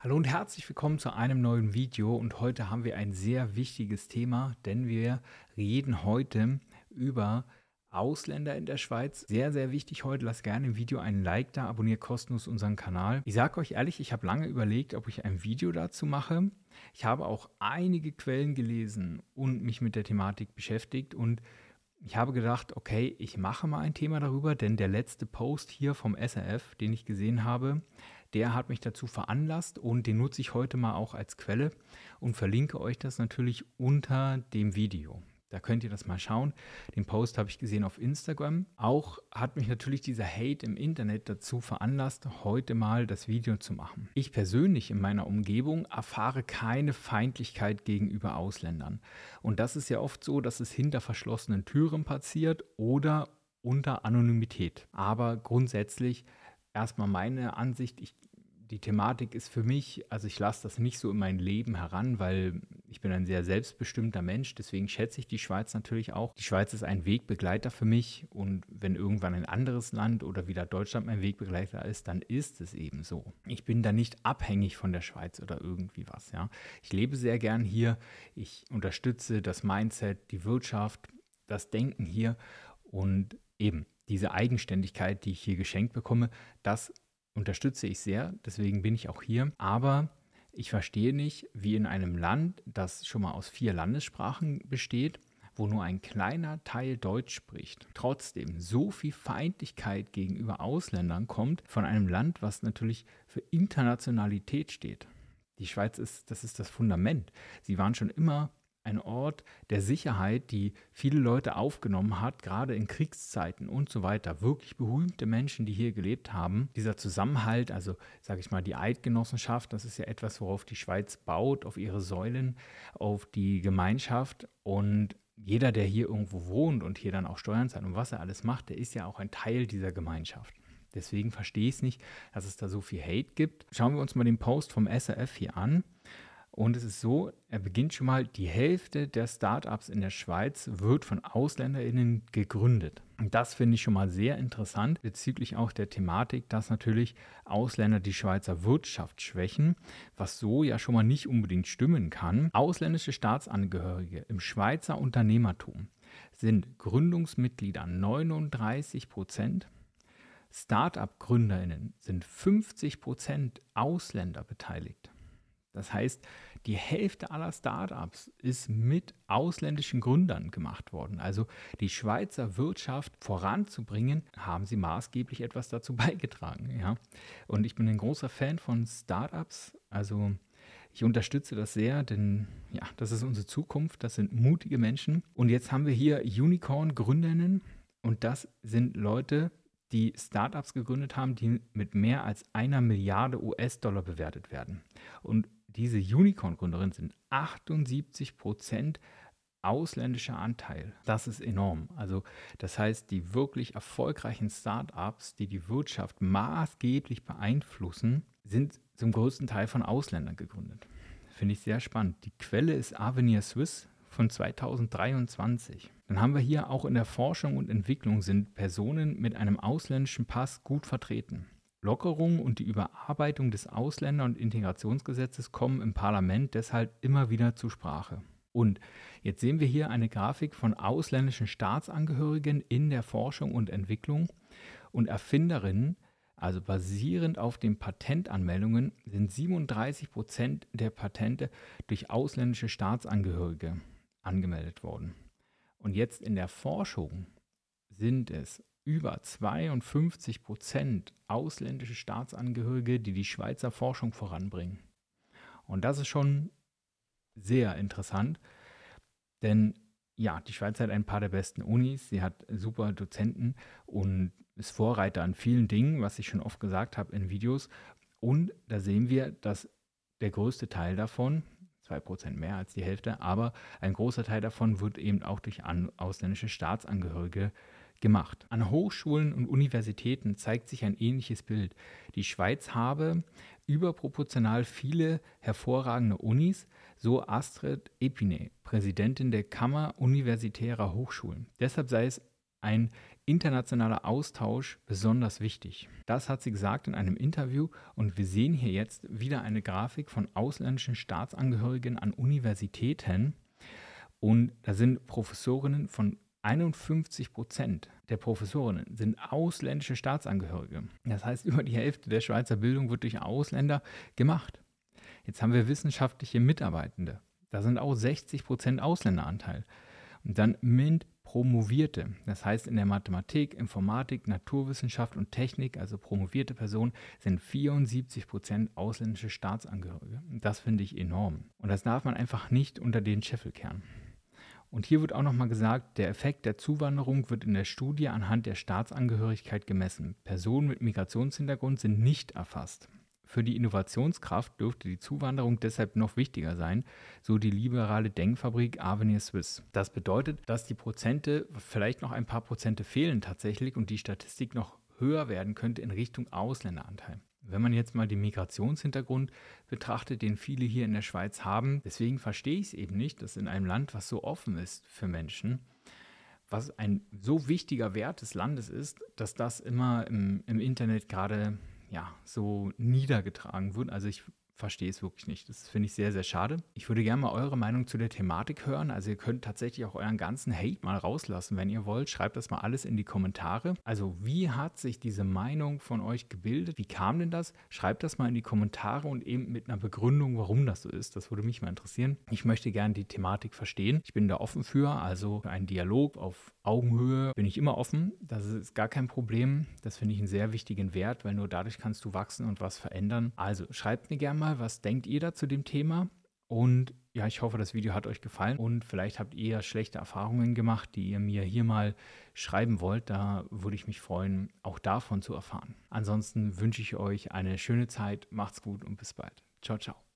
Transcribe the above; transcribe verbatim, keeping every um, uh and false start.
Hallo und herzlich willkommen zu einem neuen Video und heute haben wir ein sehr wichtiges Thema, denn wir reden heute über Ausländer in der Schweiz. Sehr, sehr wichtig heute. Lasst gerne im Video einen Like da, abonniert kostenlos unseren Kanal. Ich sage euch ehrlich, ich habe lange überlegt, ob ich ein Video dazu mache. Ich habe auch einige Quellen gelesen und mich mit der Thematik beschäftigt und ich habe gedacht, okay, ich mache mal ein Thema darüber, denn der letzte Post hier vom S R F, den ich gesehen habe, der hat mich dazu veranlasst und den nutze ich heute mal auch als Quelle und verlinke euch das natürlich unter dem Video. Da könnt ihr das mal schauen. Den Post habe ich gesehen auf Instagram. Auch hat mich natürlich dieser Hate im Internet dazu veranlasst, heute mal das Video zu machen. Ich persönlich in meiner Umgebung erfahre keine Feindlichkeit gegenüber Ausländern. Und das ist ja oft so, dass es hinter verschlossenen Türen passiert oder unter Anonymität. Aber grundsätzlich erstmal meine Ansicht, ich, die Thematik ist für mich, also ich lasse das nicht so in mein Leben heran, weil ich bin ein sehr selbstbestimmter Mensch, deswegen schätze ich die Schweiz natürlich auch. Die Schweiz ist ein Wegbegleiter für mich und wenn irgendwann ein anderes Land oder wieder Deutschland mein Wegbegleiter ist, dann ist es eben so. Ich bin da nicht abhängig von der Schweiz oder irgendwie was, ja. Ich lebe sehr gern hier, ich unterstütze das Mindset, die Wirtschaft, das Denken hier und eben diese Eigenständigkeit, die ich hier geschenkt bekomme, das unterstütze ich sehr, deswegen bin ich auch hier. Aber ich verstehe nicht, wie in einem Land, das schon mal aus vier Landessprachen besteht, wo nur ein kleiner Teil Deutsch spricht, trotzdem so viel Feindlichkeit gegenüber Ausländern kommt von einem Land, was natürlich für Internationalität steht. Die Schweiz ist, das ist das Fundament. Sie waren schon immer ein Ort der Sicherheit, die viele Leute aufgenommen hat, gerade in Kriegszeiten und so weiter. Wirklich berühmte Menschen, die hier gelebt haben. Dieser Zusammenhalt, also sage ich mal die Eidgenossenschaft, das ist ja etwas, worauf die Schweiz baut, auf ihre Säulen, auf die Gemeinschaft. Und jeder, der hier irgendwo wohnt und hier dann auch Steuern zahlt und was er alles macht, der ist ja auch ein Teil dieser Gemeinschaft. Deswegen verstehe ich es nicht, dass es da so viel Hate gibt. Schauen wir uns mal den Post vom S R F hier an. Und es ist so, er beginnt schon mal, die Hälfte der Startups in der Schweiz wird von AusländerInnen gegründet. Und das finde ich schon mal sehr interessant bezüglich auch der Thematik, dass natürlich Ausländer die Schweizer Wirtschaft schwächen, was so ja schon mal nicht unbedingt stimmen kann. Ausländische Staatsangehörige im Schweizer Unternehmertum sind Gründungsmitglieder neununddreißig Prozent. Start-up-GründerInnen sind fünfzig Prozent Ausländer beteiligt. Das heißt, die Hälfte aller Startups ist mit ausländischen Gründern gemacht worden. Also die Schweizer Wirtschaft voranzubringen, haben sie maßgeblich etwas dazu beigetragen. Ja? Und ich bin ein großer Fan von Startups. Also ich unterstütze das sehr, denn ja, das ist unsere Zukunft. Das sind mutige Menschen. Und jetzt haben wir hier Unicorn-Gründerinnen. Und das sind Leute, die Startups gegründet haben, die mit mehr als einer Milliarde U S-Dollar bewertet werden. Und diese Unicorn-Gründerinnen sind achtundsiebzig Prozent ausländischer Anteil. Das ist enorm. Also das heißt, die wirklich erfolgreichen Startups, die die Wirtschaft maßgeblich beeinflussen, sind zum größten Teil von Ausländern gegründet. Finde ich sehr spannend. Die Quelle ist Avenir Swiss von zweitausenddreiundzwanzig. Dann haben wir hier auch in der Forschung und Entwicklung sind Personen mit einem ausländischen Pass gut vertreten. Lockerungen und die Überarbeitung des Ausländer- und Integrationsgesetzes kommen im Parlament deshalb immer wieder zur Sprache. Und jetzt sehen wir hier eine Grafik von ausländischen Staatsangehörigen in der Forschung und Entwicklung und Erfinderinnen, also basierend auf den Patentanmeldungen, sind siebenunddreißig Prozent der Patente durch ausländische Staatsangehörige angemeldet worden. Und jetzt in der Forschung sind es über zweiundfünfzig Prozent ausländische Staatsangehörige, die die Schweizer Forschung voranbringen. Und das ist schon sehr interessant, denn ja, die Schweiz hat ein paar der besten Unis, sie hat super Dozenten und ist Vorreiter an vielen Dingen, was ich schon oft gesagt habe in Videos. Und da sehen wir, dass der größte Teil davon, zwei Prozent mehr als die Hälfte, aber ein großer Teil davon wird eben auch durch an, ausländische Staatsangehörige gemacht. An Hochschulen und Universitäten zeigt sich ein ähnliches Bild. Die Schweiz habe überproportional viele hervorragende Unis, so Astrid Epinay, Präsidentin der Kammer universitärer Hochschulen. Deshalb sei es ein internationaler Austausch besonders wichtig. Das hat sie gesagt in einem Interview und wir sehen hier jetzt wieder eine Grafik von ausländischen Staatsangehörigen an Universitäten und da sind Professorinnen von einundfünfzig Prozent der Professorinnen sind ausländische Staatsangehörige. Das heißt, über die Hälfte der Schweizer Bildung wird durch Ausländer gemacht. Jetzt haben wir wissenschaftliche Mitarbeitende. Da sind auch sechzig Prozent Ausländeranteil. Und dann MINT-Promovierte. Das heißt, in der Mathematik, Informatik, Naturwissenschaft und Technik, also promovierte Personen, sind vierundsiebzig Prozent ausländische Staatsangehörige. Das finde ich enorm. Und das darf man einfach nicht unter den Scheffel kehren. Und hier wird auch nochmal gesagt, der Effekt der Zuwanderung wird in der Studie anhand der Staatsangehörigkeit gemessen. Personen mit Migrationshintergrund sind nicht erfasst. Für die Innovationskraft dürfte die Zuwanderung deshalb noch wichtiger sein, so die liberale Denkfabrik Avenir Suisse. Das bedeutet, dass die Prozente, vielleicht noch ein paar Prozente fehlen tatsächlich und die Statistik noch höher werden könnte in Richtung Ausländeranteil. Wenn man jetzt mal den Migrationshintergrund betrachtet, den viele hier in der Schweiz haben, deswegen verstehe ich es eben nicht, dass in einem Land, was so offen ist für Menschen, was ein so wichtiger Wert des Landes ist, dass das immer im, im Internet gerade ja, so niedergetragen wird. Also ich verstehe es wirklich nicht. Das finde ich sehr, sehr schade. Ich würde gerne mal eure Meinung zu der Thematik hören. Also ihr könnt tatsächlich auch euren ganzen Hate mal rauslassen, wenn ihr wollt. Schreibt das mal alles in die Kommentare. Also wie hat sich diese Meinung von euch gebildet? Wie kam denn das? Schreibt das mal in die Kommentare und eben mit einer Begründung, warum das so ist. Das würde mich mal interessieren. Ich möchte gerne die Thematik verstehen. Ich bin da offen für, also für einen Dialog auf Augenhöhe bin ich immer offen. Das ist gar kein Problem. Das finde ich einen sehr wichtigen Wert, weil nur dadurch kannst du wachsen und was verändern. Also schreibt mir gerne mal, was denkt ihr da zu dem Thema? Und ja, ich hoffe, das Video hat euch gefallen und vielleicht habt ihr schlechte Erfahrungen gemacht, die ihr mir hier mal schreiben wollt. Da würde ich mich freuen, auch davon zu erfahren. Ansonsten wünsche ich euch eine schöne Zeit. Macht's gut und bis bald. Ciao, ciao.